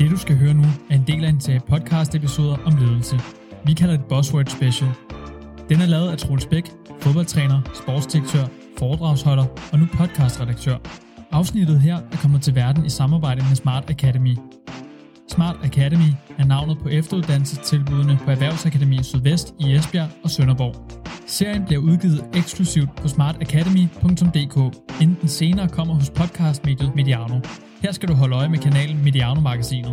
Det du skal høre nu er en del af en serie podcast-episoder om ledelse. Vi kalder det Buzzword Special. Den er lavet af Troels Bæk, fodboldtræner, sportsdirektør, foredragsholder og nu podcastredaktør. Afsnittet her er kommet til verden i samarbejde med Smart Academy. Smart Academy er navnet på efteruddannelsestilbudene på Erhvervsakademi Sydvest i Esbjerg og Sønderborg. Serien bliver udgivet eksklusivt på smartacademy.dk, inden den senere kommer hos podcastmediet Mediano. Her skal du holde øje med kanalen Mediano-magasinet.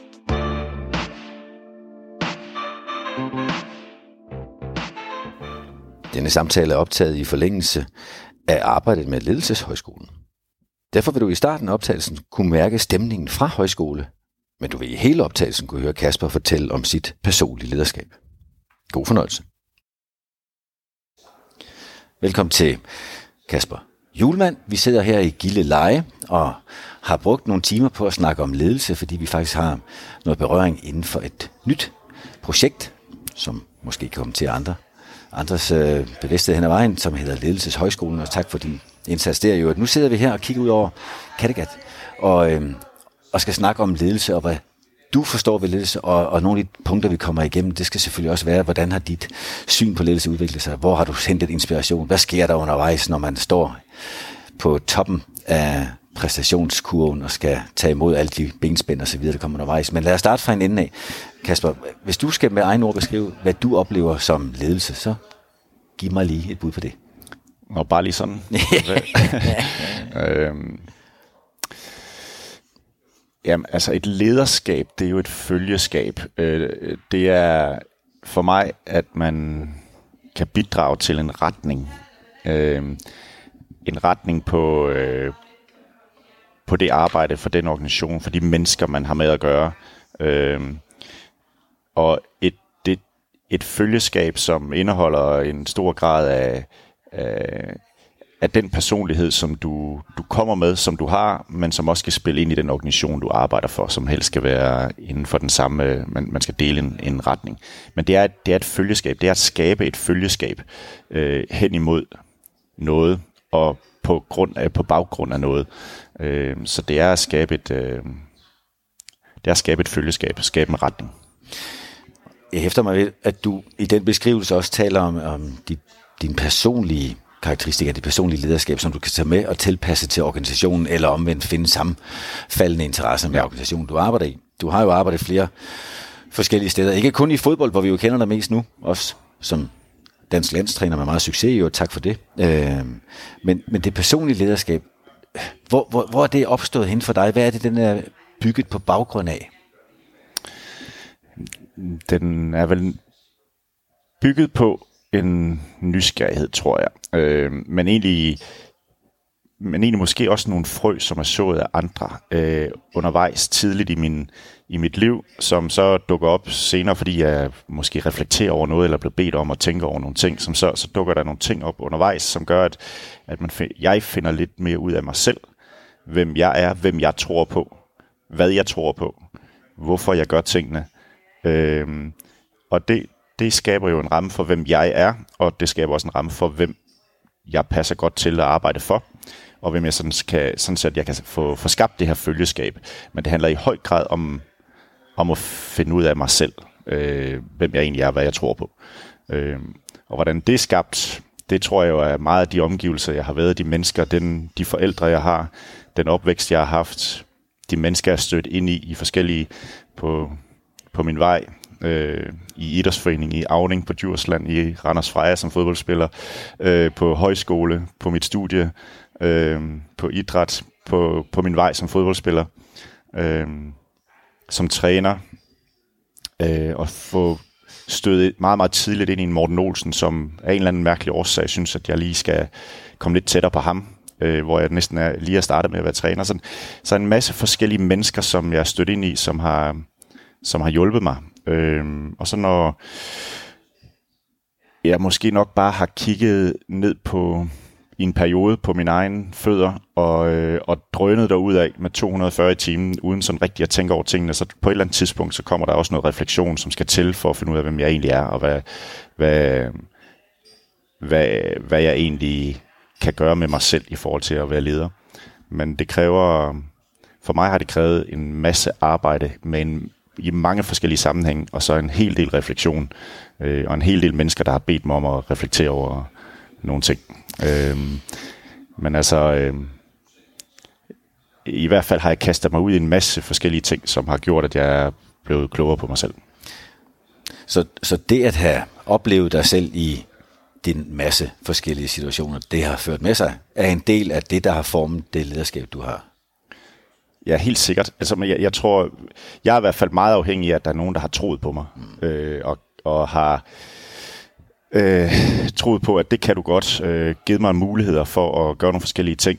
Denne samtale er optaget i forlængelse af arbejdet med Ledelseshøjskolen. Derfor vil du i starten af optagelsen kunne mærke stemningen fra højskole, men du vil i hele optagelsen kunne høre Kasper fortælle om sit personlige lederskab. God fornøjelse. Velkommen til Kasper Hjulmand. Vi sidder her i Gilleleje og har brugt nogle timer på at snakke om ledelse, fordi vi faktisk har noget berøring inden for et nyt projekt, som måske kan komme til andres bevidsthed hen ad vejen, som hedder Ledelseshøjskolen, og tak for din indsats der. Jo. Nu sidder vi her og kigger ud over Kattegat og skal snakke om ledelse og hvad du forstår ved ledelse, og nogle af de punkter, vi kommer igennem, det skal selvfølgelig også være, hvordan har dit syn på ledelse udviklet sig? Hvor har du hentet inspiration? Hvad sker der undervejs, når man står på toppen af præstationskurven og skal tage imod alle de benspænd og så videre, der kommer undervejs? Men lad os starte fra en ende af. Kasper, hvis du skal med egen ord beskrive, hvad du oplever som ledelse, så giv mig lige et bud på det. Og bare lige sådan. Jamen, altså et lederskab, det er jo et følgeskab. Det er for mig, at man kan bidrage til en retning. En retning på det arbejde for den organisation, for de mennesker, man har med at gøre. Og et følgeskab, som indeholder en stor grad af den personlighed, som du kommer med, som du har, men som også skal spille ind i den organisation, du arbejder for, som helst skal være inden for den samme, man skal dele en retning. Men det er et følgeskab, det er at skabe et følgeskab hen imod noget, og på baggrund af noget. Så det er at skabe et følgeskab, skabe en retning. Jeg hæfter mig ved, at du i den beskrivelse også taler om din personlige karakteristikker, dit personlige lederskab, som du kan tage med og tilpasse til organisationen, eller omvendt finde sammenfaldende interesser med organisationen, du arbejder i. Du har jo arbejdet flere forskellige steder, ikke kun i fodbold, hvor vi jo kender dig mest nu, også som dansk landstræner med meget succes, og tak for det. Men det personlige lederskab, hvor er det opstået hen for dig? Hvad er det, den er bygget på baggrund af? Den er vel bygget på en nysgerrighed, tror jeg. Men egentlig måske også nogle frø, som er sået af andre undervejs tidligt i mit liv, som så dukker op senere, fordi jeg måske reflekterer over noget, eller bliver bedt om at tænke over nogle ting, som så dukker der nogle ting op undervejs, som gør, at jeg finder lidt mere ud af mig selv, hvem jeg er, hvem jeg tror på, hvad jeg tror på, hvorfor jeg gør tingene. Og det skaber jo en ramme for, hvem jeg er, og det skaber også en ramme for, hvem jeg passer godt til at arbejde for, og hvem jeg sådan at jeg kan få skabt det her følgeskab. Men det handler i høj grad om at finde ud af mig selv, hvem jeg egentlig er, hvad jeg tror på. Og hvordan det er skabt, det tror jeg jo er meget af de omgivelser, jeg har været, de mennesker, de forældre, jeg har, den opvækst, jeg har haft, de mennesker, jeg har stødt ind i forskellige på min vej, i idrætsforening, i Auning på Djursland, i Randers Freja som fodboldspiller, på højskole, på mit studie, på idræt, på min vej som fodboldspiller, som træner, og få stødet meget, meget tidligt ind i en Morten Olsen, som af en eller anden mærkelig årsag synes, at jeg lige skal komme lidt tættere på ham, hvor jeg næsten lige er startet med at være træner. Så en masse forskellige mennesker, som jeg er stødt ind i, som har hjulpet mig. Og så når jeg måske nok bare har kigget ned i en periode på mine egne fødder og drønet derudad med 240 i timen, uden sådan rigtig at tænke over tingene, så på et eller andet tidspunkt, så kommer der også noget refleksion, som skal til for at finde ud af, hvem jeg egentlig er, og hvad jeg egentlig kan gøre med mig selv i forhold til at være leder. Men det kræver For mig har det krævet en masse arbejde i mange forskellige sammenhænge, og så en hel del refleksion, og en hel del mennesker, der har bedt mig om at reflektere over nogle ting. Men altså, i hvert fald har jeg kastet mig ud i en masse forskellige ting, som har gjort, at jeg er blevet klogere på mig selv. Så det at have oplevet dig selv i din masse forskellige situationer, det har ført med sig, er en del af det, der har formet det lederskab, du har? Ja, helt sikkert. Altså, jeg tror, jeg er i hvert fald meget afhængig af, at der er nogen, der har troet på mig, og har troet på, at det kan du godt, givet mig muligheder for at gøre nogle forskellige ting,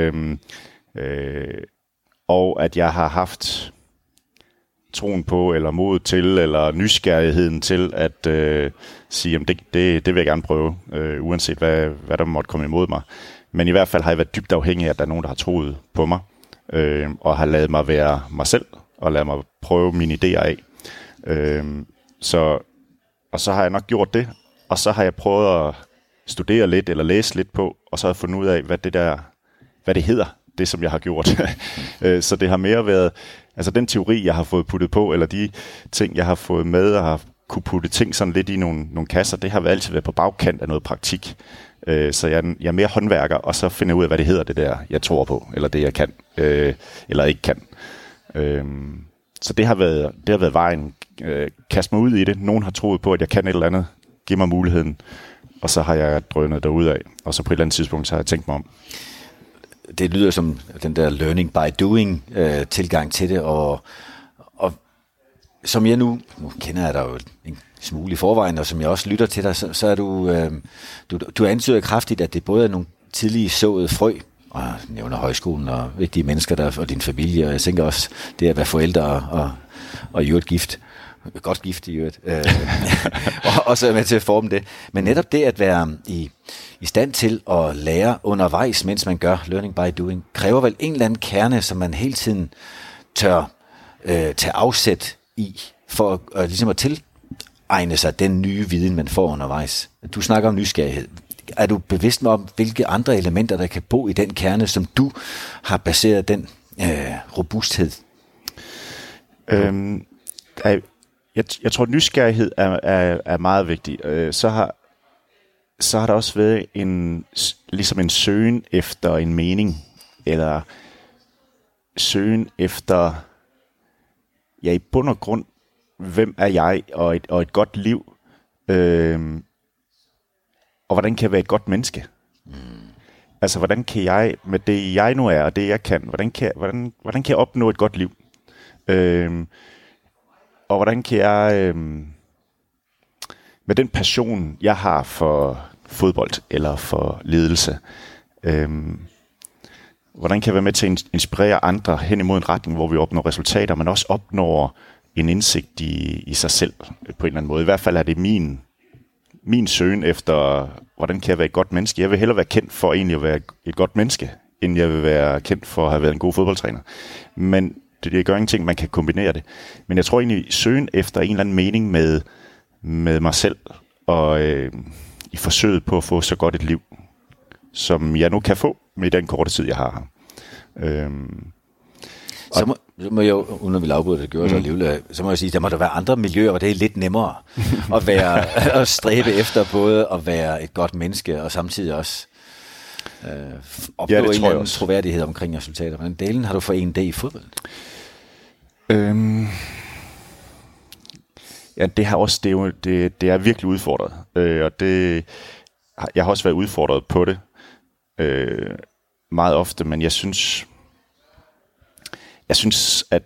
og at jeg har haft troen på, eller mod til, eller nysgerrigheden til at sige, at det vil jeg gerne prøve, uanset hvad der måtte komme imod mig. Men i hvert fald har jeg været dybt afhængig af, at der er nogen, der har troet på mig, og har ladet mig være mig selv, og ladet mig prøve mine idéer af. Og så har jeg nok gjort det, og så har jeg prøvet at studere lidt, eller læse lidt på, og så har jeg fundet ud af, hvad det hedder, det som jeg har gjort. Så det har mere været, altså den teori, jeg har fået puttet på, eller de ting, jeg har fået med, og har kunne putte ting sådan lidt i nogle kasser, det har altid været på bagkant af noget praktik. Så jeg er mere håndværker, og så finder jeg ud af, hvad det hedder, det der, jeg tror på, eller det, jeg kan, eller ikke kan. Så det har været vejen. Kast mig ud i det. Nogen har troet på, at jeg kan et eller andet. Giv mig muligheden. Og så har jeg drønet derudad. Og så på et eller andet tidspunkt, så har jeg tænkt mig om. Det lyder som den der learning by doing tilgang til det, og som jeg nu kender jeg dig jo en smule i forvejen, og som jeg også lytter til dig, så er du antyder kraftigt, at det både er nogle tidlige såede frø, og jeg nævner højskolen og vigtige mennesker der, og din familie, og jeg tænker også det at være forældre og i øvrigt gift. Godt gift i øvrigt. Og så er med til at forme det. Men netop det at være i stand til at lære undervejs, mens man gør learning by doing, kræver vel en eller anden kerne, som man hele tiden tør tage afsæt i, for ligesom at tilegne sig den nye viden, man får undervejs. Du snakker om nysgerrighed. Er du bevidst om, hvilke andre elementer, der kan bo i den kerne, som du har baseret den robusthed? Jeg tror, at nysgerrighed er meget vigtig. Så har der også været ligesom en søgen efter en mening, eller søgen efter, ja, i bund og grund, hvem er jeg, og et godt liv, og hvordan kan jeg være et godt menneske? Altså, hvordan kan jeg, med det jeg nu er, og det jeg kan, hvordan kan jeg opnå et godt liv? Og hvordan kan jeg, med den passion, jeg har for fodbold eller for ledelse, hvordan kan jeg være med til at inspirere andre hen imod en retning, hvor vi opnår resultater, men også opnår en indsigt i sig selv på en eller anden måde. I hvert fald er det min søgen efter, hvordan kan jeg være et godt menneske. Jeg vil hellere være kendt for egentlig at være et godt menneske, end jeg vil være kendt for at have været en god fodboldtræner. Men det gør ingenting, man kan kombinere det. Men jeg tror egentlig, søgen efter en eller anden mening med mig selv, og i forsøget på at få så godt et liv, som jeg nu kan få med den korte tid, jeg har her. Så må jeg jo, uden at vi afbryder det, gjorde så alligevel, så må jeg sige, der må der være andre miljøer, hvor det er lidt nemmere at stræbe efter både at være et godt menneske, og samtidig også opnå en eller anden troværdighed omkring resultater. Hvordan delen har du forenet det i fodbold? Ja, det har også det er virkelig udfordret, og det jeg har også været udfordret på det meget ofte, men jeg synes at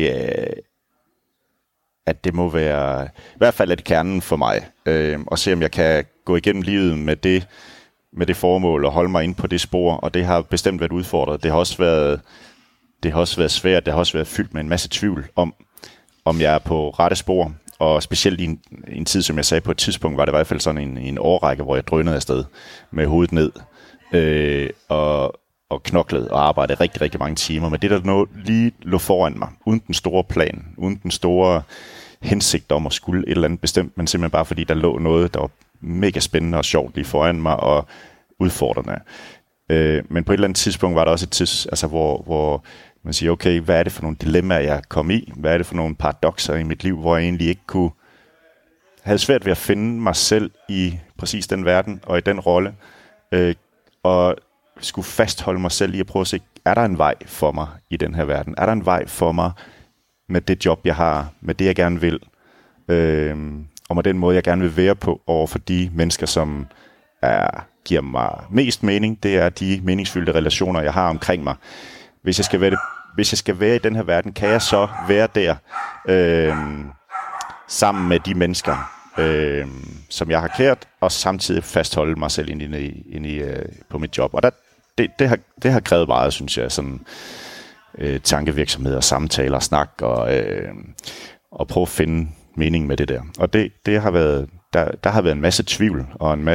det må være, i hvert fald er det kernen for mig, og se om jeg kan gå igennem livet med det formål og holde mig inde på det spor, og det har bestemt været udfordret. Det har også været svært, det har også været fyldt med en masse tvivl om jeg er på rette spor, og specielt i en tid, som jeg sagde på et tidspunkt, var det i hvert fald sådan en årrække, hvor jeg drønede afsted med hovedet ned, og knoklede og arbejdede rigtig, rigtig mange timer. Men det, der lige lå foran mig, uden den store plan, uden den store hensigt om at skulle et eller andet bestemt, men simpelthen bare fordi der lå noget, der var mega spændende og sjovt lige foran mig og udfordrende. Men på et eller andet tidspunkt var der også et hvor Man siger, okay, hvad er det for nogle dilemmaer, jeg kom i? Hvad er det for nogle paradokser i mit liv, hvor jeg egentlig ikke havde svært ved at finde mig selv i præcis den verden og i den rolle, og skulle fastholde mig selv i at prøve at se, er der en vej for mig i den her verden? Er der en vej for mig med det job, jeg har, med det, jeg gerne vil, og med den måde, jeg gerne vil være på over for de mennesker, som giver mig mest mening? Det er de meningsfyldte relationer, jeg har omkring mig. Hvis jeg skal være i den her verden, kan jeg så være der sammen med de mennesker, som jeg har kært, og samtidig fastholde mig selv på mit job. Og det har krævet meget, synes jeg, sådan tankevirksomhed og samtaler og snak og prøve at finde mening med det der. Og det har været, der har været en masse tvivl og en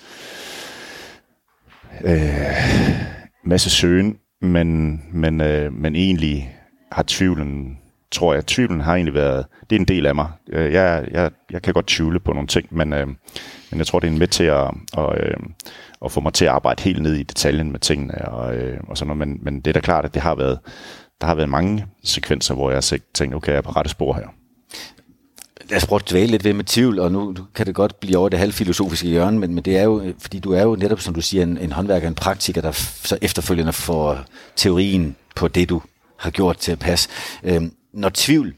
masse søgen, men egentlig har tvivlen har egentlig været, det er en del af mig. Jeg kan godt tvivle på nogle ting, men jeg tror, det er med til at få mig til at arbejde helt ned i detaljen med tingene og sådan noget. Men det er da klart, at der har været mange sekvenser, hvor jeg har tænkt, okay, jeg er på rette spor her. Lad os prøve at dvæle lidt ved med tvivl, og nu kan det godt blive over det halvfilosofiske hjørne, men det er jo, fordi du er jo netop, som du siger, en håndværker, en praktiker, der så efterfølgende får teorien på det, du har gjort til at passe. Når tvivl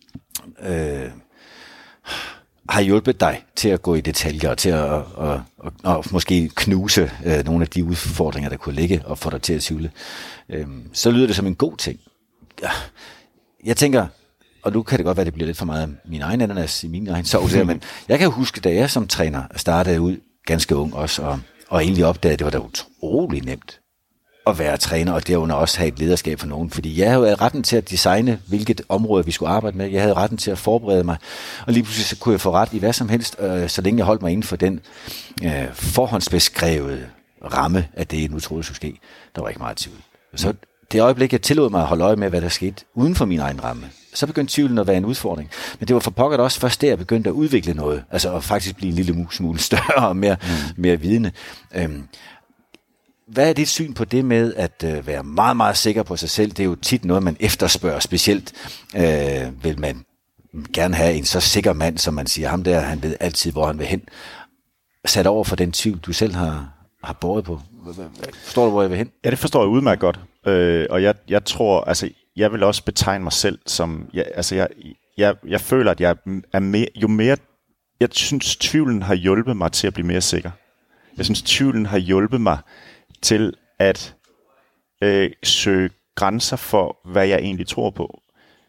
har hjulpet dig til at gå i detaljer, og til at måske knuse nogle af de udfordringer, der kunne ligge, og få dig til at tvivle, så lyder det som en god ting. Jeg tænker, og nu kan det godt være, at det bliver lidt for meget af min egen ananas i min egen sovs her, men jeg kan huske, da jeg som træner startede ud ganske ung også, og egentlig opdagede, at det var da utrolig nemt at være træner, og derunder også have et lederskab for nogen, fordi jeg havde retten til at designe, hvilket område vi skulle arbejde med. Jeg havde retten til at forberede mig, og lige pludselig så kunne jeg få ret i hvad som helst, så længe jeg holdt mig inden for den forhåndsbeskrevede ramme af det, jeg nu troede skulle ske. Der var ikke meget tvivl. Så det øjeblik, jeg tillod mig at holde øje med, hvad der skete uden for min egen ramme, så begyndte tvivlen at være en udfordring. Men det var for pokker også først der, jeg begyndte at udvikle noget, altså at faktisk blive en lille smule større og mere vidende. Hvad er dit syn på det med at være meget, meget sikker på sig selv? Det er jo tit noget, man efterspørger. Specielt vil man gerne have en så sikker mand, som man siger, ham der, han ved altid, hvor han vil hen. Sat over for den tvivl, du selv har båret på. Forstår du, hvor jeg vil hen? Ja, det forstår jeg udmærket godt. Og jeg tror, altså, jeg vil også betegne mig selv som, jeg føler, at jeg er mere, jeg synes, tvivlen har hjulpet mig til at blive mere sikker. Jeg synes, tvivlen har hjulpet mig til at søge grænser for, hvad jeg egentlig tror på.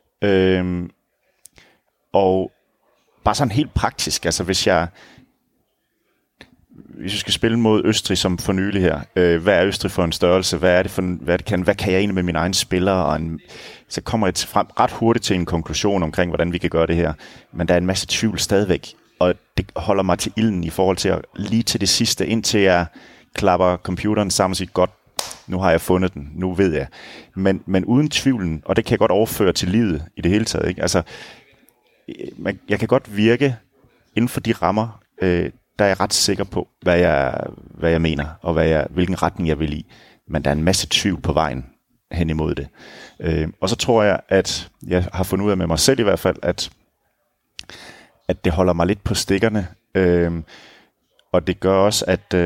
Og bare sådan helt praktisk, altså hvis vi skal spille mod Østrig som for nylig her, hvad er Østrig for en størrelse? Hvad kan jeg egentlig med mine egne spillere? Så kommer jeg ret hurtigt til en konklusion omkring, hvordan vi kan gøre det her. Men der er en masse tvivl stadigvæk, og det holder mig til ilden i forhold til lige til det sidste, indtil jeg klapper computeren sammen og siger, godt, nu har jeg fundet den, nu ved jeg. Men uden tvivlen, og det kan jeg godt overføre til livet i det hele taget, ikke? Altså, jeg kan godt virke inden for de rammer, der er jeg ret sikker på, hvad jeg mener, og hvilken retning jeg vil i. Men der er en masse tvivl på vejen hen imod det. Og så tror jeg, at jeg har fundet ud af med mig selv i hvert fald, at det holder mig lidt på stikkerne. Og det gør også,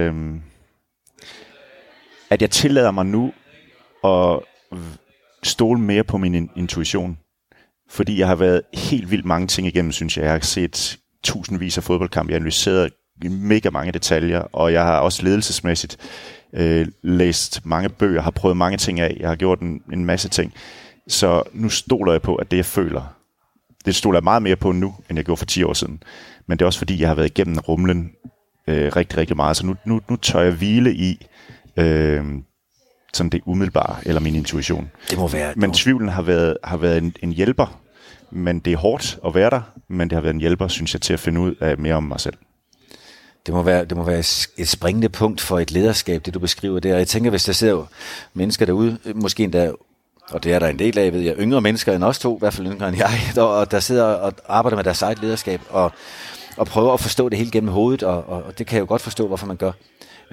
at jeg tillader mig nu at stole mere på min intuition. Fordi jeg har været helt vildt mange ting igennem, synes jeg. Jeg har set tusindvis af fodboldkampe. Jeg har analyseret mega mange detaljer, og jeg har også ledelsesmæssigt læst mange bøger, har prøvet mange ting af. Jeg har gjort en masse ting. Så nu stoler jeg på, at det jeg føler, det stoler jeg meget mere på nu, end jeg gjorde for 10 år siden. Men det er også fordi, jeg har været igennem rumlen rigtig, rigtig meget. Så nu tør jeg hvile i sådan det umiddelbare, eller min intuition. Det må være. Men tvivlen har været en hjælper, men det er hårdt at være der, men det har været en hjælper, synes jeg, til at finde ud af mere om mig selv. Det må være et springende punkt for et lederskab, det du beskriver der. Jeg tænker, hvis der sidder mennesker derude, måske endda, og det er der en del af, ved jeg, yngre mennesker end os to, i hvert fald yngre end jeg, og der sidder og arbejder med deres eget lederskab, og prøver at forstå det hele gennem hovedet, og det kan jeg jo godt forstå, hvorfor man gør.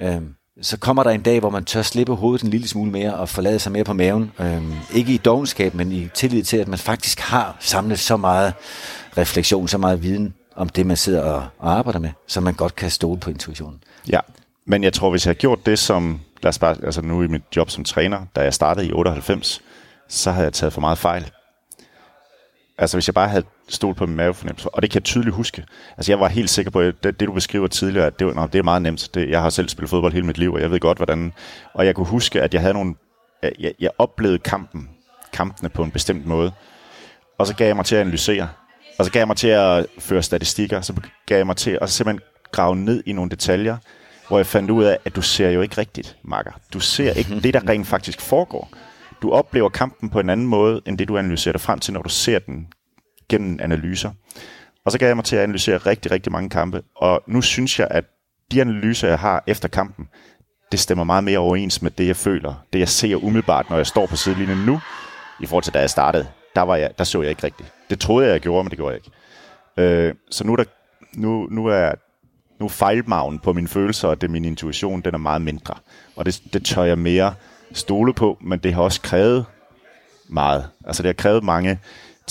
så kommer der en dag, hvor man tør slippe hovedet en lille smule mere og forlade sig mere på maven. Ikke i dovenskab, men i tillid til, at man faktisk har samlet så meget refleksion, så meget viden om det, man sidder og arbejder med, så man godt kan stole på intuitionen. Ja, men jeg tror, hvis jeg har gjort det som, lad os bare, altså nu i mit job som træner, da jeg startede i 98, så havde jeg taget for meget fejl. Altså hvis jeg bare havde stolet på min mavefornemmelse, og det kan jeg tydeligt huske. Altså jeg var helt sikker på, at det du beskriver tidligere, at det er meget nemt. Jeg har selv spillet fodbold hele mit liv, og jeg ved godt, hvordan. Og jeg kunne huske, at jeg havde jeg oplevede kampene på en bestemt måde. Og så gav jeg mig til at analysere. Og så gav jeg mig til at føre statistikker. Så gav jeg mig til at simpelthen grave ned i nogle detaljer, hvor jeg fandt ud af, at du ser jo ikke rigtigt, makker. Du ser ikke det, der rent faktisk foregår. Du oplever kampen på en anden måde, end det du analyserer dig frem til, når du ser den gennem analyser. Og så gav jeg mig til at analysere rigtig, rigtig mange kampe. Og nu synes jeg, at de analyser, jeg har efter kampen, det stemmer meget mere overens med det, jeg føler. Det, jeg ser umiddelbart, når jeg står på sidelinjen nu, i forhold til da jeg startede. Der så jeg ikke rigtigt. Det troede jeg gjorde, men det gjorde jeg ikke. Så nu er fejlmargen på mine følelser, og det min intuition, den er meget mindre. Og det tør jeg mere stole på, men det har også krævet meget. Altså det har krævet mange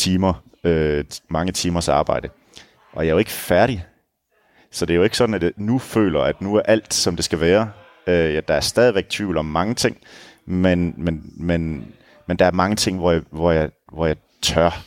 timers arbejde. Og jeg er jo ikke færdig. Så det er jo ikke sådan, at jeg nu føler, at nu er alt, som det skal være. Der er stadigvæk tvivl om mange ting, men der er mange ting, hvor jeg tør.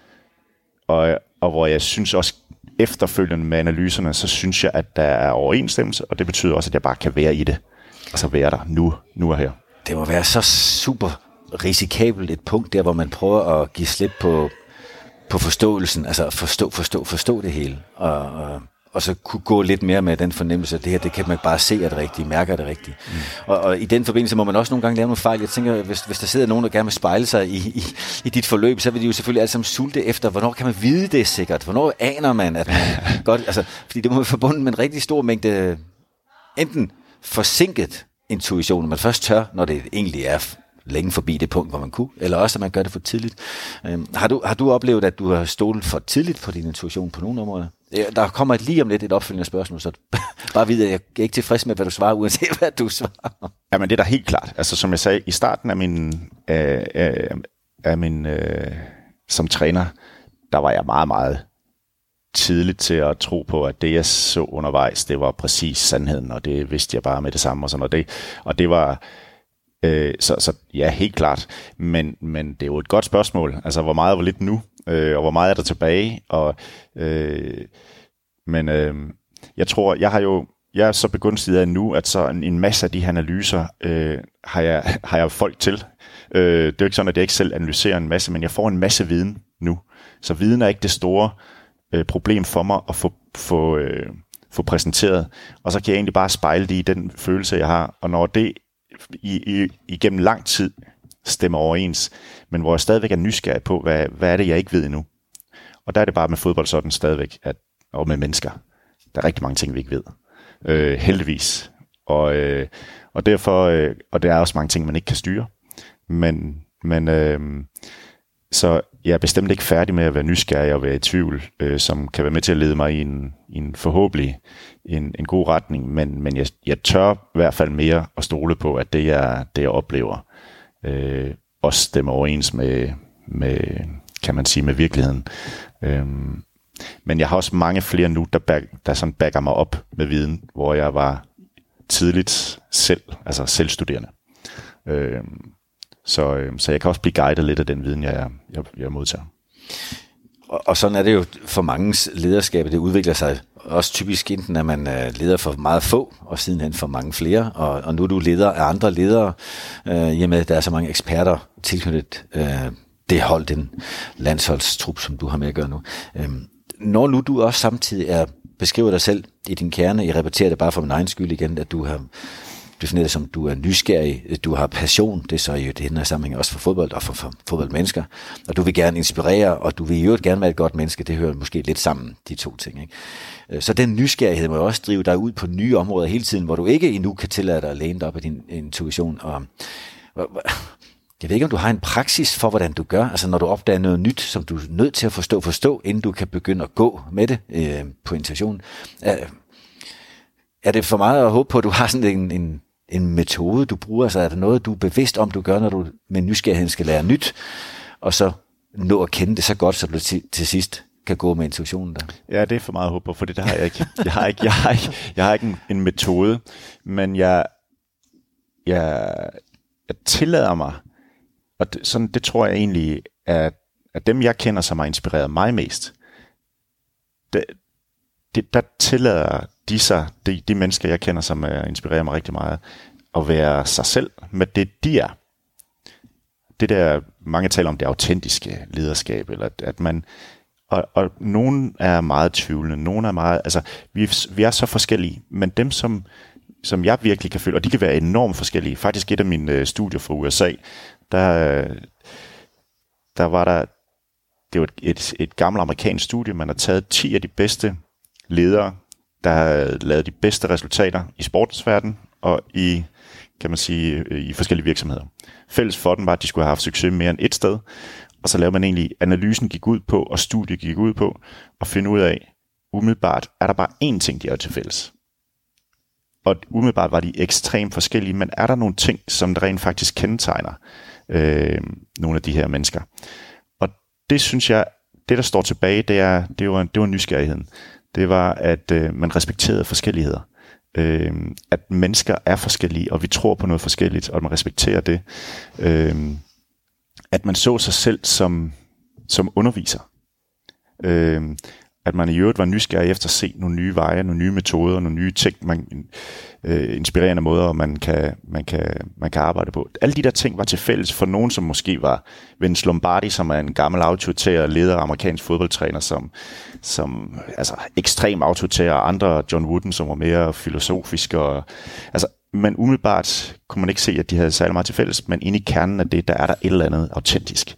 Og hvor jeg synes også, efterfølgende med analyserne, så synes jeg, at der er overensstemmelse, og det betyder også, at jeg bare kan være i det. Altså være der nu og her. Det må være så super risikabelt et punkt der, hvor man prøver at give slip på forståelsen, altså forstå det hele, og så kunne gå lidt mere med den fornemmelse, at det her, det kan man bare se er det rigtige, mærker det rigtige. Og i den forbindelse må man også nogle gange lave nogle fejl. Jeg tænker, hvis der sidder nogen, der gerne vil spejle sig i dit forløb, så vil de jo selvfølgelig alle sammen sulte efter, hvornår kan man vide det sikkert? Hvornår aner man, at man godt, altså, fordi det må være forbundet med en rigtig stor mængde, enten forsinket intuition, man først tør, når det egentlig er længe forbi det punkt, hvor man kunne, eller også, at man gør det for tidligt. Har du oplevet, at du har stolet for tidligt på din intuition på nogle områder? Der kommer lige om lidt et opfølgende spørgsmål, så bare vide, at jeg er ikke tilfreds med, hvad du svarer, uanset hvad du svarer. Jamen, det er da helt klart. Altså, som jeg sagde, i starten af min som træner, der var jeg meget, meget tidligt til at tro på, at det, jeg så undervejs, det var præcis sandheden, og det vidste jeg bare med det samme og sådan noget. Og det var så ja, helt klart. Men det er jo et godt spørgsmål. Altså, hvor meget var lidt nu, og hvor meget er der tilbage? Jeg tror, jeg er så begunstiget af nu, at så en masse af de her analyser har jeg folk til. Det er jo ikke sådan, at jeg ikke selv analyserer en masse, men jeg får en masse viden nu. Så viden er ikke det store problem for mig at få præsenteret. Og så kan jeg egentlig bare spejle det i den følelse, jeg har. Og når det igennem lang tid stemmer overens, men hvor jeg stadigvæk er nysgerrig på, hvad er det, jeg ikke ved endnu. Og der er det bare med fodbold sådan stadigvæk, og med mennesker. Der er rigtig mange ting, vi ikke ved. Heldigvis. Og derfor, og der er også mange ting, man ikke kan styre. Så jeg er bestemt ikke færdig med at være nysgerrig og være i tvivl, som kan være med til at lede mig i en forhåbentlig en god retning, men jeg tør i hvert fald mere at stole på, at det jeg oplever, også stemmer overens med kan man sige, med virkeligheden. Men jeg har også mange flere nu, der sådan backer mig op med viden, hvor jeg var tidligt selvstuderende. Så jeg kan også blive guidet lidt af den viden, jeg modtager. Og sådan er det jo for manges lederskab. Det udvikler sig også typisk enten, at man leder for meget få, og sidenhen for mange flere. Og nu er du leder af andre ledere, hjemme der er så mange eksperter tilknyttet det hold, den landsholdstrup, som du har med at gøre nu. Når nu du også samtidig beskriver dig selv i din kerne, jeg repeterer det bare for min egen skyld igen, at du har defineret det som, du er nysgerrig, du har passion, det er så jo den her sammenhæng også for fodbold og for fodboldmennesker, og du vil gerne inspirere, og du vil jo gerne være et godt menneske, det hører måske lidt sammen, de to ting, ikke? Så den nysgerrighed må jo også drive dig ud på nye områder hele tiden, hvor du ikke endnu kan tillade dig at læne dig op af din intuition, og jeg ved ikke, om du har en praksis for, hvordan du gør, altså når du opdager noget nyt, som du er nødt til at forstå, inden du kan begynde at gå med det på intuitionen. Er det for meget at håbe på, at du har sådan en metode, du bruger? Altså er der noget, du er bevidst om, du gør, når du med nysgerrighed skal lære nyt, og så nå at kende det så godt, så du til sidst kan gå med intuitionen der? Ja, det er for meget håb på, for det har jeg ikke. Jeg har ikke en metode, men jeg tillader mig, og det tror jeg egentlig, at dem jeg kender, som har inspireret mig mest, der tillader de mennesker, jeg kender, som inspirerer mig rigtig meget, at være sig selv med det, de er. Det der, mange taler om det autentiske lederskab, eller at man, og nogen er meget tvivlende, nogen er meget, altså vi er så forskellige, men dem som jeg virkelig kan føle, og de kan være enormt forskellige. Faktisk et af mine studier fra USA, der var der, det var et gammelt amerikansk studie, man har taget 10 af de bedste ledere, der har lavet de bedste resultater i sportsverdenen og i, kan man sige, i forskellige virksomheder. Fælles for dem var, at de skulle have haft succes mere end et sted, og så lavede man egentlig, analysen gik ud på, og studiet gik ud på, at finde ud af, umiddelbart er der bare én ting, de har til fælles. Og umiddelbart var de ekstremt forskellige, men er der nogle ting, som der rent faktisk kendetegner nogle af de her mennesker? Og det synes jeg, det der står tilbage, det var nysgerrigheden. Det var, at man respekterede forskelligheder. At mennesker er forskellige, og vi tror på noget forskelligt, og man respekterer det. At man så sig selv som underviser. At man i øvrigt var nysgerrig efter at se nogle nye veje, nogle nye metoder, nogle nye ting, inspirerende måder, man kan arbejde på. Alle de der ting var til fælles for nogen, som måske var Vince Lombardi, som er en gammel autoritær leder af amerikansk fodboldtræner, som altså ekstrem autoritær, og andre John Wooden, som var mere filosofisk. Men umiddelbart kunne man ikke se, at de havde særlig meget til fælles, men inde i kernen af det, der er der et eller andet autentisk.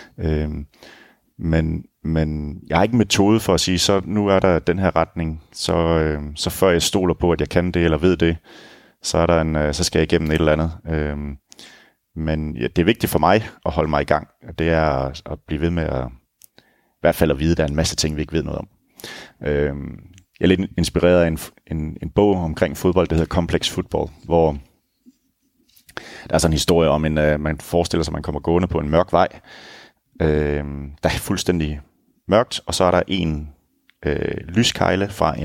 Men jeg har ikke en metode for at sige, så nu er der den her retning, så før jeg stoler på, at jeg kan det eller ved det, så skal jeg igennem et eller andet. Men ja, det er vigtigt for mig at holde mig i gang, og det er at blive ved med at i hvert fald at vide, at der er en masse ting, vi ikke ved noget om. Jeg er lidt inspireret af en bog omkring fodbold, der hedder Complex Football, hvor der er sådan en historie om, man forestiller sig, at man kommer gående på en mørk vej, der er fuldstændig mørkt, og så er der en lyskejle fra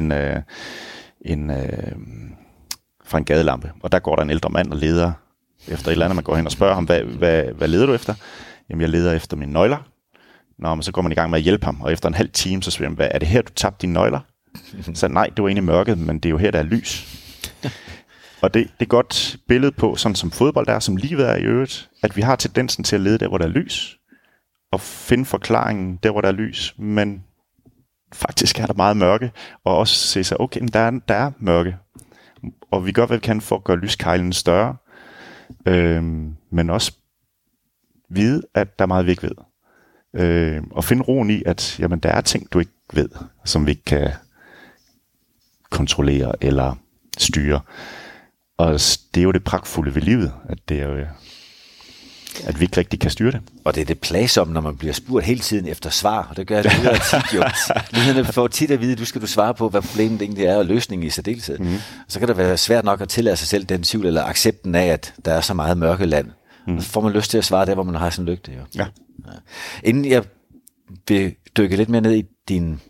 en gadelampe, og der går der en ældre mand og leder efter et eller andet. Man går hen og spørger ham, hvad leder du efter? Jamen, jeg leder efter mine nøgler. Nå, men så går man i gang med at hjælpe ham, og efter en halv time, så spørger han, er det her, du tabte dine nøgler? Så nej, det var inde i mørket, men det er jo her, der er lys. Og det er et godt billede på, sådan som fodbold er, som livet er i øvrigt, at vi har tendensen til at lede der, hvor der er lys, og finde forklaringen der, hvor der er lys, men faktisk er der meget mørke, og også se sig, okay, der er mørke, og vi gør, hvad vi kan for at gøre lyskejlen større, men også vide, at der er meget, vi ikke ved. Og finde roen i, at jamen, der er ting, du ikke ved, som vi ikke kan kontrollere eller styre. Og det er jo det pragtfulde ved livet, at det er jo, at vi ikke rigtig kan styre det. Og det er det plagsomme, når man bliver spurgt hele tiden efter svar, og det gør det videre tit jo. Liderne får tit at vide, at du svare på, hvad problemet egentlig er, og løsningen i særdeleshed. Mm. Så kan det være svært nok at tillade sig selv den tvivl, eller accepten af, at der er så meget mørke land. Og så får man lyst til at svare der, hvor man har sådan en lygte. Jo. Ja. Inden jeg vil dykke lidt mere ned i din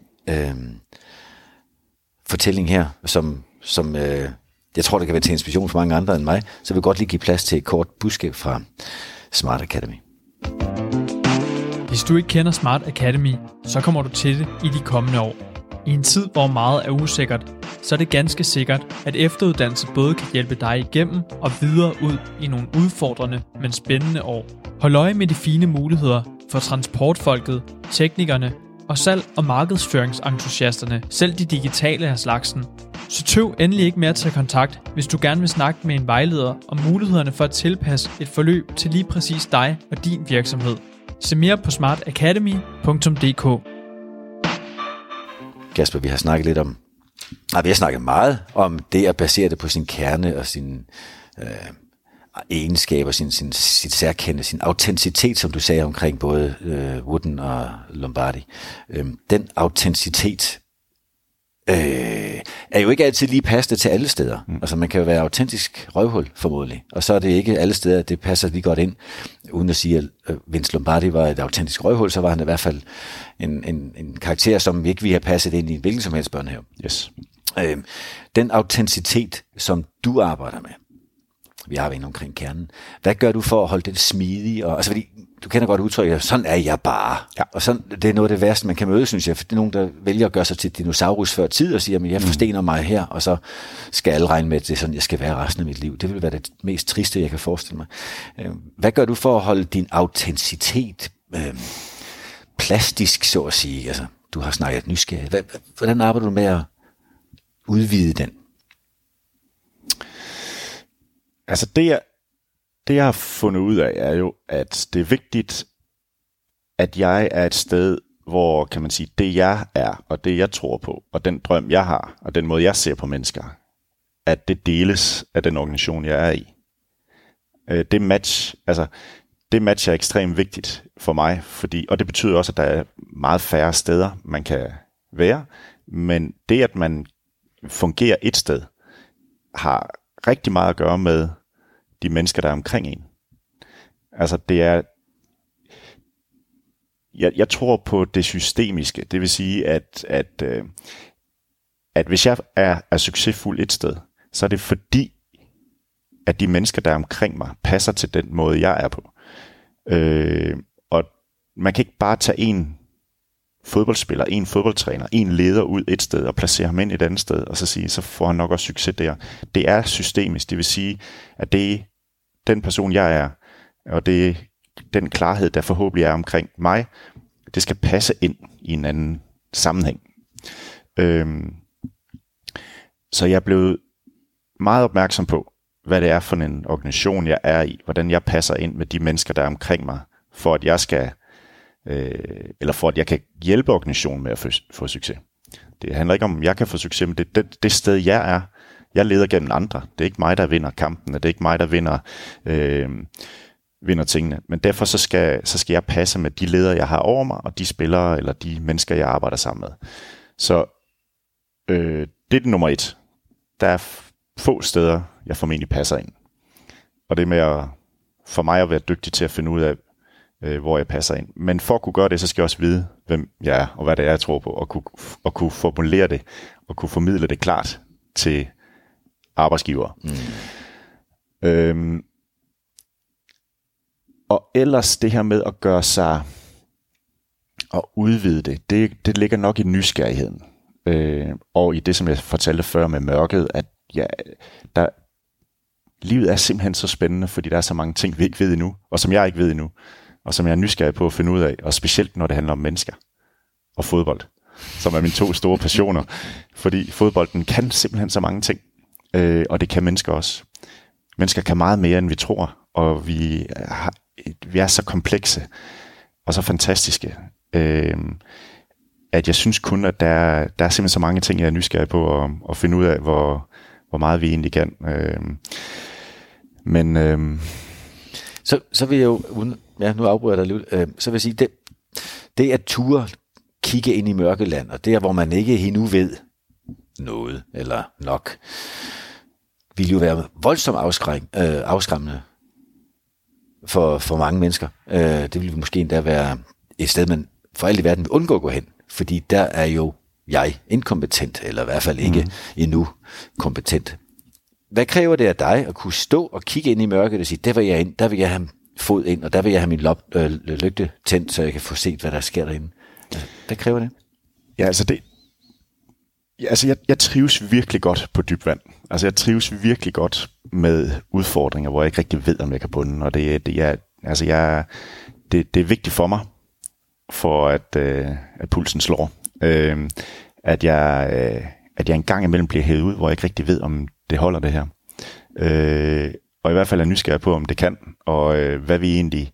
fortælling her, som jeg tror, det kan være til inspiration for mange andre end mig, så vil jeg godt lige give plads til et kort budskab fra Smart Academy. Hvis du ikke kender Smart Academy, så kommer du til det i de kommende år. I en tid, hvor meget er usikkert, så er det ganske sikkert, at efteruddannelse både kan hjælpe dig igennem og videre ud i nogle udfordrende, men spændende år. Hold øje med de fine muligheder for transportfolket, teknikerne og salg- og markedsføringsentusiasterne, selv de digitale af slagsen. Så tøv endelig ikke med at tage kontakt, hvis du gerne vil snakke med en vejleder om mulighederne for at tilpasse et forløb til lige præcis dig og din virksomhed. Se mere på smartacademy.dk. Kasper, vi har snakket lidt om, vi har snakket meget om det at basere det på sin kerne og sin egenskaber, sit særkende, sin autenticitet, som du sagde omkring både Wooden og Lombardi. Den autenticitet er jo ikke altid lige passende til alle steder. Altså man kan jo være autentisk røvhul formodentlig, og så er det ikke alle steder, det passer lige godt ind. Uden at sige, at Vince Lombardi var et autentisk røvhul, så var han i hvert fald en karakter, som vi ikke ville have passet ind i en hvilken som helst børnehave. Yes. Den autenticitet, som du arbejder med, vi har været inde omkring kernen. Hvad gør du for at holde det smidige? Og, altså, fordi du kender godt udtrykket, sådan er jeg bare. Ja. Og sådan, det er noget af det værste, man kan møde, synes jeg. For det er nogen, der vælger at gøre sig til dinosaurus før tid og siger, at jeg forstener mig her, og så skal alle regne med, at det er sådan, jeg skal være resten af mit liv. Det vil være det mest triste, jeg kan forestille mig. Hvad gør du for at holde din autenticitet plastisk, så at sige? Altså, du har snakket nysgerrig. Hvordan arbejder du med at udvide den? Altså det jeg har fundet ud af, er jo, at det er vigtigt, at jeg er et sted, hvor, kan man sige, det jeg er, og det jeg tror på, og den drøm jeg har, og den måde jeg ser på mennesker, at det deles af den organisation, jeg er i. Det match er ekstremt vigtigt for mig, og det betyder også, at der er meget færre steder, man kan være, men det, at man fungerer et sted, har rigtig meget at gøre med de mennesker, der er omkring en. Altså det er, jeg tror på det systemiske. Det vil sige, at hvis jeg er succesfuld et sted, så er det fordi, at de mennesker, der er omkring mig, passer til den måde, jeg er på. Og man kan ikke bare tage en fodboldspiller, en fodboldtræner, en leder ud et sted og placere ham ind et andet sted, og så sige, så får han nok også succes der. Det er systemisk, det vil sige, at det er den person, jeg er, og det er den klarhed, der forhåbentlig er omkring mig, det skal passe ind i en anden sammenhæng. Så jeg er blevet meget opmærksom på, hvad det er for en organisation, jeg er i, hvordan jeg passer ind med de mennesker, der er omkring mig, for at jeg skal eller for at jeg kan hjælpe organisationen med at få succes. Det handler ikke om, jeg kan få succes, men det sted, jeg er. Jeg leder gennem andre. Det er ikke mig, der vinder kampen, det er ikke mig, der vinder tingene. Men derfor så skal jeg passe med de ledere, jeg har over mig, og de spillere, eller de mennesker, jeg arbejder sammen med. Så det er det nummer 1. Der er få steder, jeg formentlig passer ind. Og det er med for mig at være dygtig til at finde ud af, hvor jeg passer ind. Men for at kunne gøre det, så skal jeg også vide, hvem jeg er, og hvad det er, jeg tror på, og kunne formulere det, og kunne formidle det klart til arbejdsgivere. Og ellers det her med at gøre sig, og udvide det ligger nok i nysgerrigheden. Og i det, som jeg fortalte før med mørket, at livet er simpelthen så spændende, fordi der er så mange ting, vi ikke ved endnu, og som jeg ikke ved endnu, og som jeg er nysgerrig på at finde ud af, og specielt når det handler om mennesker og fodbold, som er mine 2 store passioner, fordi fodbolden kan simpelthen så mange ting, og det kan mennesker også. Mennesker kan meget mere, end vi tror, og vi er så komplekse og så fantastiske, at jeg synes kun, at der er simpelthen så mange ting, jeg er nysgerrig på at finde ud af, hvor meget vi egentlig kan. Så vil jeg jo, nu afbryder jeg dig lidt, så vil jeg sige, det at ture kigge ind i mørkeland, og der hvor man ikke endnu ved noget, eller nok, vil jo være voldsomt afskræmmende for mange mennesker. Det vil måske endda være et sted, man for alt i verden vil undgå at gå hen, fordi der er jo jeg inkompetent, eller i hvert fald ikke endnu kompetent. Hvad kræver det af dig at kunne stå og kigge ind i mørket og sige, der vil jeg have fod ind, og der vil jeg have min lygte tændt, så jeg kan få set, hvad der sker derinde? Hvad kræver det? Ja, altså jeg trives virkelig godt på dybt vand. Altså jeg trives virkelig godt med udfordringer, hvor jeg ikke rigtig ved, om jeg kan bunde, og det er vigtigt for mig, for at pulsen slår. At jeg en gang imellem bliver hævet ud, hvor jeg ikke rigtig ved, om det holder det her. Og i hvert fald er nysgerrig på, om det kan, og hvad vi egentlig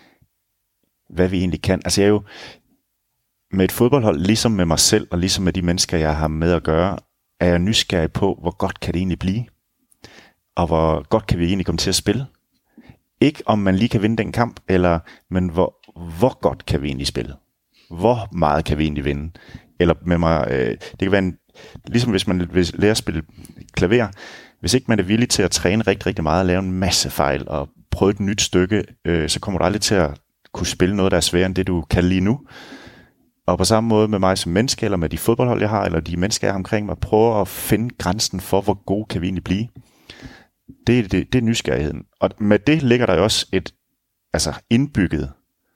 kan. Altså jeg er jo med et fodboldhold, ligesom med mig selv, og ligesom med de mennesker, jeg har med at gøre, er jeg nysgerrig på, hvor godt kan det egentlig blive, og hvor godt kan vi egentlig komme til at spille. Ikke om man lige kan vinde den kamp, men hvor godt kan vi egentlig spille. Hvor meget kan vi egentlig vinde? Eller med mig, det kan være ligesom hvis man vil lære at spille klaver, hvis ikke man er villig til at træne rigtig, rigtig meget og lave en masse fejl og prøve et nyt stykke, så kommer du aldrig til at kunne spille noget, der er sværere end det, du kan lige nu. Og på samme måde med mig som menneske, eller med de fodboldhold, jeg har, eller de mennesker, jeg har omkring mig, prøve at finde grænsen for, hvor gode kan vi egentlig blive. Det er nysgerrigheden. Og med det ligger der jo også et indbygget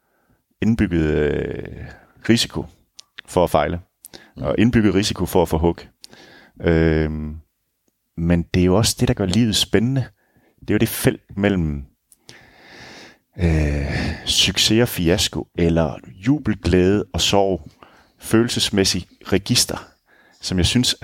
risiko for at fejle, og indbygget risiko for at få hug. Men det er jo også det, der gør livet spændende. Det er jo det felt mellem succes og fiasko, eller jubelglæde og sorg, følelsesmæssig register, som jeg synes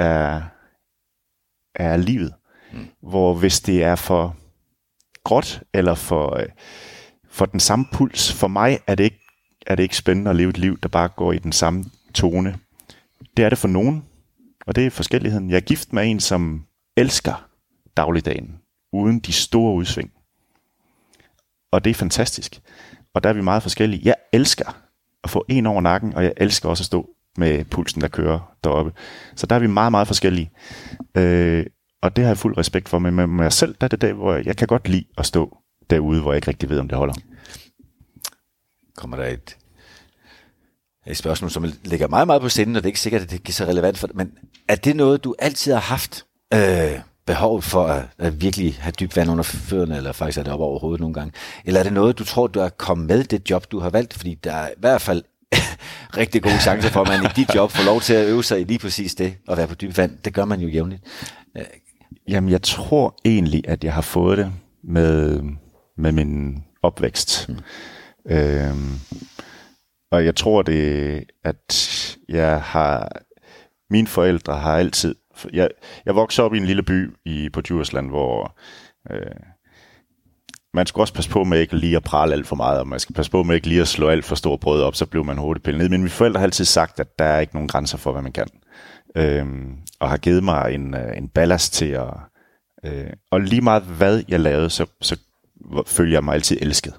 er livet. Hvor hvis det er for gråt, eller for den samme puls, for mig er det ikke spændende at leve et liv, der bare går i den samme tone. Det er det for nogen, og det er forskelligheden. Jeg er gift med en, som elsker dagligdagen, uden de store udsving. Og det er fantastisk. Og der er vi meget forskellige. Jeg elsker at få en over nakken, og jeg elsker også at stå med pulsen, der kører deroppe. Så der er vi meget, meget forskellige. Og det har jeg fuld respekt for. Men med mig selv, der er det der, hvor jeg kan godt lide at stå derude, hvor jeg ikke rigtig ved, om det holder. Kommer der et spørgsmål, som ligger meget, meget på sinden, og det er ikke sikkert, at det er så relevant for det. Men er det noget, du altid har haft behov for at virkelig have dybt vand under fødderne, eller faktisk er det op over hovedet nogle gange? Eller er det noget, du tror, du er kommet med det job, du har valgt? Fordi der er i hvert fald rigtig gode chancer for, at man i dit job får lov til at øve sig i lige præcis det, og være på dybt vand. Det gør man jo jævnligt. Jamen, jeg tror egentlig, at jeg har fået det med min opvækst. Og jeg tror det, at mine forældre har altid... Jeg voksede op i en lille by på Djursland, hvor man skulle også passe på med ikke lige at prale alt for meget, og man skal passe på med ikke lige at slå alt for store brød op, så blev man hurtigt pillet ned. Men mine forældre har altid sagt, at der er ikke nogen grænser for, hvad man kan. Og har givet mig en ballast til at... og lige meget hvad jeg lavede, så følger jeg mig altid elsket.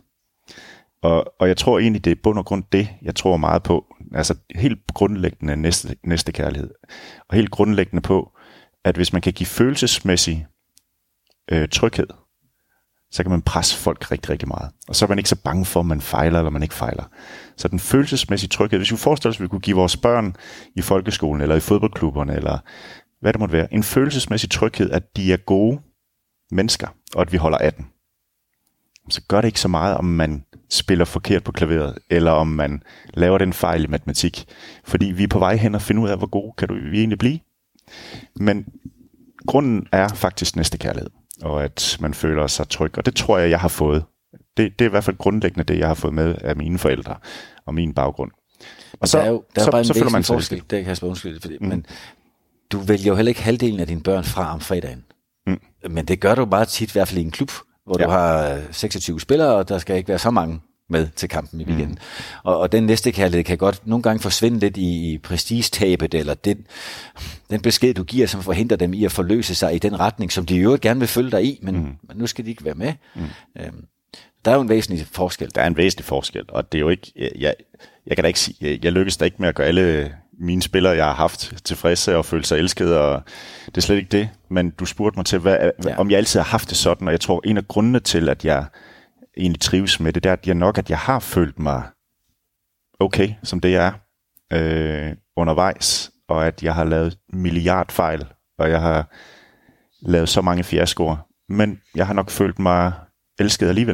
Og jeg tror egentlig, det er bund og grund det, jeg tror meget på. Altså helt grundlæggende næste kærlighed. Og helt grundlæggende på, at hvis man kan give følelsesmæssig tryghed, så kan man presse folk rigtig, rigtig meget. Og så er man ikke så bange for, om man fejler, eller man ikke fejler. Så den følelsesmæssige tryghed, hvis vi forestiller os, at vi kunne give vores børn i folkeskolen, eller i fodboldklubberne, eller hvad det måtte være, en følelsesmæssig tryghed, at de er gode mennesker, og at vi holder af dem. Så gør det ikke så meget, om man spiller forkert på klaveret, eller om man laver den fejl i matematik. Fordi vi er på vej hen og finde ud af, hvor gode kan vi egentlig blive. Men grunden er faktisk næstekærlighed, og at man føler sig tryg. Og det tror jeg har fået. Det er i hvert fald grundlæggende det, jeg har fået med af mine forældre og min baggrund. Og så, der er bare en væsentlig forskel, det kan jeg undskylde, fordi, men du vælger jo heller ikke halvdelen af dine børn fra om fredagen. Men det gør du meget tit, i hvert fald i en klub, hvor du har 26 spillere, og der skal ikke være så mange med til kampen i weekenden. Og den næste kærlighed kan godt nogle gange forsvinde lidt i prestigetabet, eller den besked, du giver, som forhindrer dem i at forløse sig i den retning, som de jo gerne vil følge dig i, men nu skal de ikke være med. Der er jo en væsentlig forskel. Der er en væsentlig forskel, og det er jo ikke... Jeg kan da ikke sige... Jeg lykkes da ikke med at gøre alle mine spillere, jeg har haft, tilfredse og føle sig elsket, og det er slet ikke det. Men du spurgte mig til, om jeg altid har haft det sådan, og jeg tror, en af grundene til, at jeg egentlig trives med det, det er, at jeg har følt mig okay, som det jeg er, undervejs, og at jeg har lavet milliard fejl, og jeg har lavet så mange fiaskoer, men jeg har nok følt mig elsket alligevel.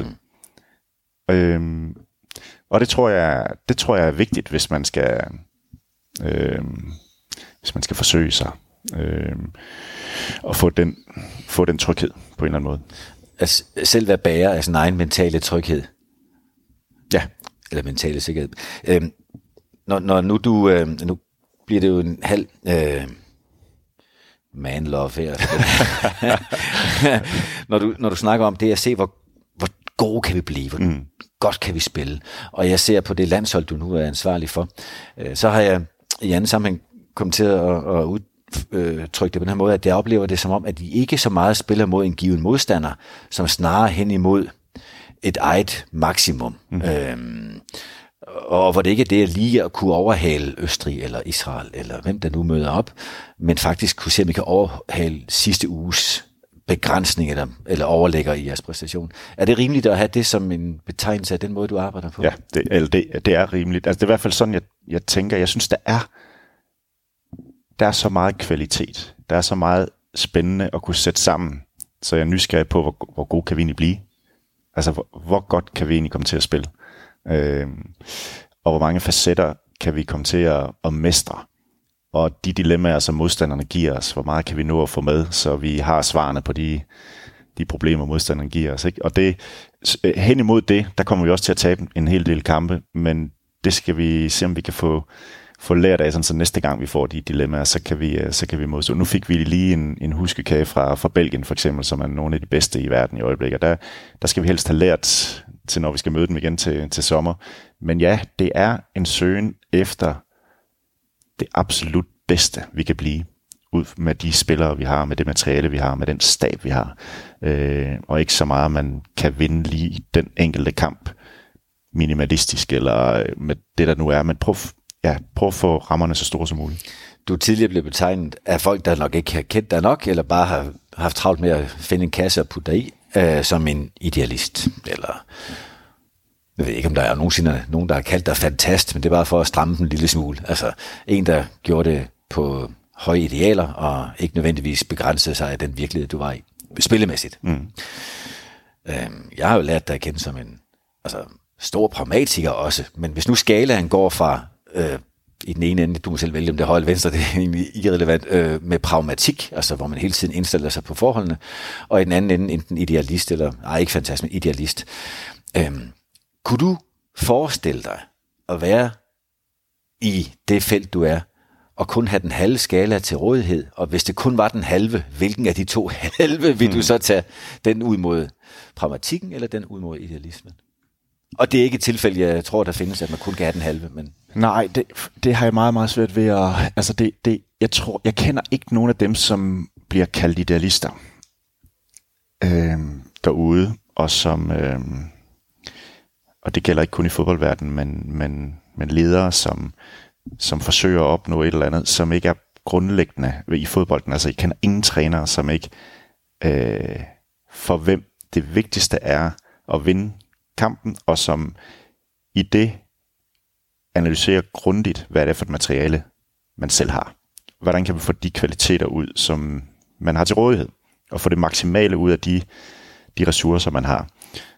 Og det tror jeg er vigtigt, hvis man skal forsøge sig og få den tryghed på en eller anden måde. At selv være bærer af sin egen mentale tryghed. Ja. Eller mentale sikkerhed. Når nu nu bliver det jo en halv man love her. når du snakker om det at se, hvor gode kan vi blive, hvor godt kan vi spille, og jeg ser på det landshold, du nu er ansvarlig for, så har jeg i anden sammenhæng kommet til at udtrykke det på den her måde, at jeg oplever det som om, at de ikke så meget spiller mod en given modstander, som snarere hen imod et eget maksimum. og hvor det ikke er det lige at kunne overhale Østrig eller Israel, eller hvem der nu møder op, men faktisk kunne se, om vi kan overhale sidste uges begrænsning eller overlægger i jeres præstation. Er det rimeligt at have det som en betegnelse af den måde, du arbejder på? Ja, det er rimeligt. Altså, det er i hvert fald sådan, jeg tænker. Jeg synes, der er så meget kvalitet. Der er så meget spændende at kunne sætte sammen. Så jeg er nysgerrig på, hvor god kan vi egentlig blive? Altså, hvor godt kan vi egentlig komme til at spille? Og hvor mange facetter kan vi komme til at mestre? Og de dilemmaer, som modstanderne giver os, hvor meget kan vi nå at få med, så vi har svarene på de problemer, modstanderne giver os. Ikke? Og det, hen imod det, der kommer vi også til at tabe en hel del kampe, men det skal vi se, om vi kan få lært af, sådan, så næste gang vi får de dilemmaer, så kan vi modstå. Nu fik vi lige en huskekage fra Belgien for eksempel, som er nogle af de bedste i verden i øjeblikket. Der skal vi helst have lært til, når vi skal møde dem igen til sommer. Men ja, det er en søgen efter det absolut bedste, vi kan blive, ud med de spillere, vi har, med det materiale, vi har, med den stab, vi har. Og ikke så meget, man kan vinde lige den enkelte kamp minimalistisk, eller med det, der nu er. Men prøv at få rammerne så store som muligt. Du tidligere blev betegnet af folk, der nok ikke har kendt dig nok, eller bare har haft travlt med at finde en kasse og putte dig i, som en idealist, eller jeg ved ikke, om der er nogensinde nogen, der har kaldt dig fantast, men det er bare for at stramme den en lille smule. Altså en, der gjorde det på høje idealer, og ikke nødvendigvis begrænsede sig af den virkelighed, du var i. Spillemæssigt. Jeg har jo lært dig at kende som en stor pragmatiker også, men hvis nu skalaen går fra i den ene ende, du må selv vælge, om det er højre eller venstre, det er egentlig irrelevant, med pragmatik, altså hvor man hele tiden indstiller sig på forholdene, og i den anden ende enten idealist, eller ikke fantastisk, men idealist. Kunne du forestille dig at være i det felt, du er, og kun have den halve skala til rådighed, og hvis det kun var den halve, hvilken af de to halve vil du så tage, den ud mod pragmatikken, eller den ud mod idealismen? Og det er ikke et tilfælde, jeg tror, der findes, at man kun kan have den halve, men... Nej, det har jeg meget, meget svært ved at... Altså, jeg kender ikke nogen af dem, som bliver kaldt idealister derude, og som... og det gælder ikke kun i fodboldverdenen, men ledere, som forsøger at opnå et eller andet, som ikke er grundlæggende i fodbolden. Altså, jeg kender ingen trænere, som ikke for hvem det vigtigste er at vinde kampen, og som i det analyserer grundigt, hvad det er for et materiale, man selv har. Hvordan kan vi få de kvaliteter ud, som man har til rådighed, og få det maksimale ud af de ressourcer, man har.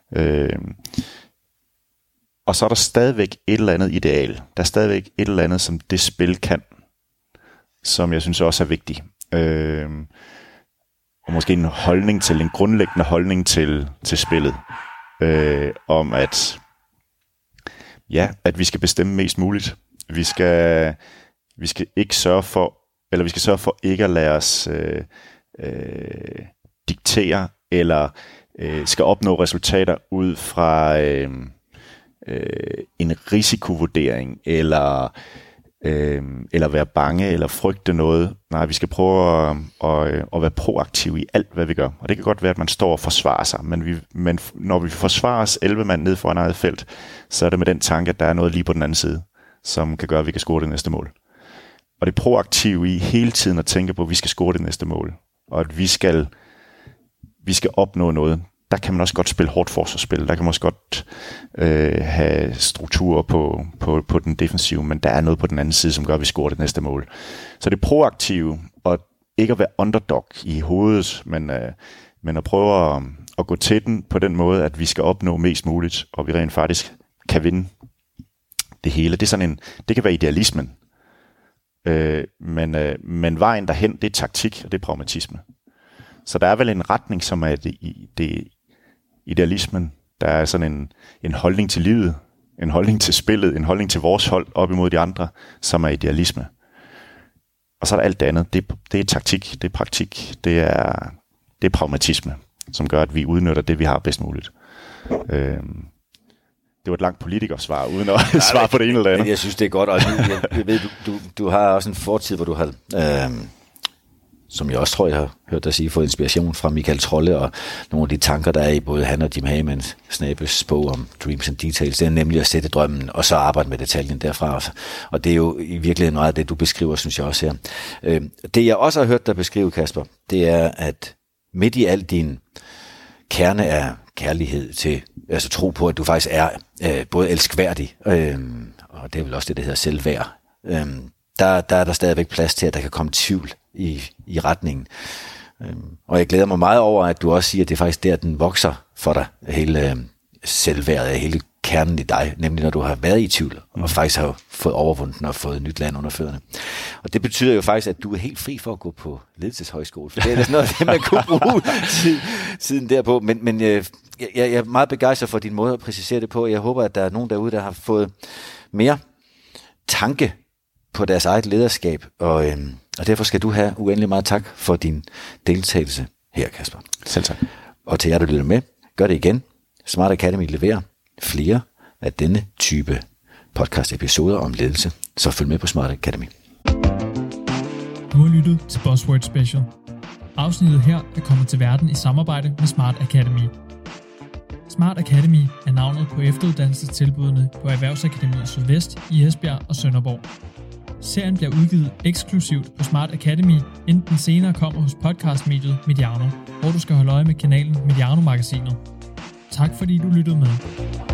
Og så er der stadigvæk et eller andet ideal. Der er stadigvæk et eller andet, som det spil kan, som jeg synes også er vigtigt. Og måske en grundlæggende holdning til spillet. Om at vi skal bestemme mest muligt. Vi skal ikke sørge for, eller vi skal sørge for ikke at lade os diktere, eller skal opnå resultater ud fra en risikovurdering, eller være bange, eller frygte noget. Nej, vi skal prøve at være proaktive i alt, hvad vi gør. Og det kan godt være, at man står og forsvarer sig, men når vi forsvarer os 11 mand ned foran eget felt, så er det med den tanke, at der er noget lige på den anden side, som kan gøre, at vi kan score det næste mål. Og det proaktive i hele tiden at tænke på, at vi skal score det næste mål, og at vi skal opnå noget. Der kan man også godt spille hårdt forsvarsspil. Der kan man også godt have strukturer på den defensive, men der er noget på den anden side, som gør, at vi scorer det næste mål. Så det er proaktive, og ikke at være underdog i hovedet, men at prøve at gå til den på den måde, at vi skal opnå mest muligt, og vi rent faktisk kan vinde det hele. Det er sådan det kan være idealismen, men vejen derhen, det er taktik, og det er pragmatisme. Så der er vel en retning, som er det idealismen. Der er sådan en holdning til livet, en holdning til spillet, en holdning til vores hold op imod de andre, som er idealisme. Og så er der alt det andet. Det er taktik, det er praktik, det er pragmatisme, som gør, at vi udnytter det, vi har bedst muligt. Det var et langt politikersvar, uden at svare på det ene eller andet. Jeg synes, det er godt. Og jeg ved, du har også en fortid, hvor du har som jeg også tror, jeg har hørt dig sige, fået inspiration fra Michael Trolle og nogle af de tanker, der er i både han og Jim Hammons Snabes bog om Dreams and Details. Det er nemlig at sætte drømmen, og så arbejde med detaljen derfra også. Og det er jo i virkeligheden noget af det, du beskriver, synes jeg også her. Det jeg også har hørt dig beskrive, Kasper, det er, at midt i al din kerne af kærlighed til, altså tro på, at du faktisk er både elskværdig, og det er vel også det, der hedder selvværd, der er der stadigvæk plads til, at der kan komme tvivl i retningen. Og jeg glæder mig meget over, at du også siger, at det er faktisk der, den vokser for dig, hele selvværdet, hele kernen i dig, nemlig når du har været i tvivl, og faktisk har fået overvundet og fået nyt land under fødderne. Og det betyder jo faktisk, at du er helt fri for at gå på ledelseshøjskole, for det er sådan noget, det man kunne bruge siden derpå. Men jeg er meget begejstret for din måde at præcisere det på. Jeg håber, at der er nogen derude, der har fået mere tanke på deres eget lederskab, og derfor skal du have uendelig meget tak for din deltagelse her, Kasper. Selv tak. Og til jer, der lytter med, gør det igen. Smart Academy leverer flere af denne type podcast-episoder om ledelse, så følg med på Smart Academy. Du har lyttet til Buzzword Special. Afsnittet her er kommet til verden i samarbejde med Smart Academy. Smart Academy er navnet på efteruddannelsestilbudene på Erhvervsakademiet Sydvest i Esbjerg og Sønderborg. Serien bliver udgivet eksklusivt på Smart Academy, inden den senere kommer hos podcastmediet Mediano, hvor du skal holde øje med kanalen Mediano-magasinet. Tak fordi du lyttede med.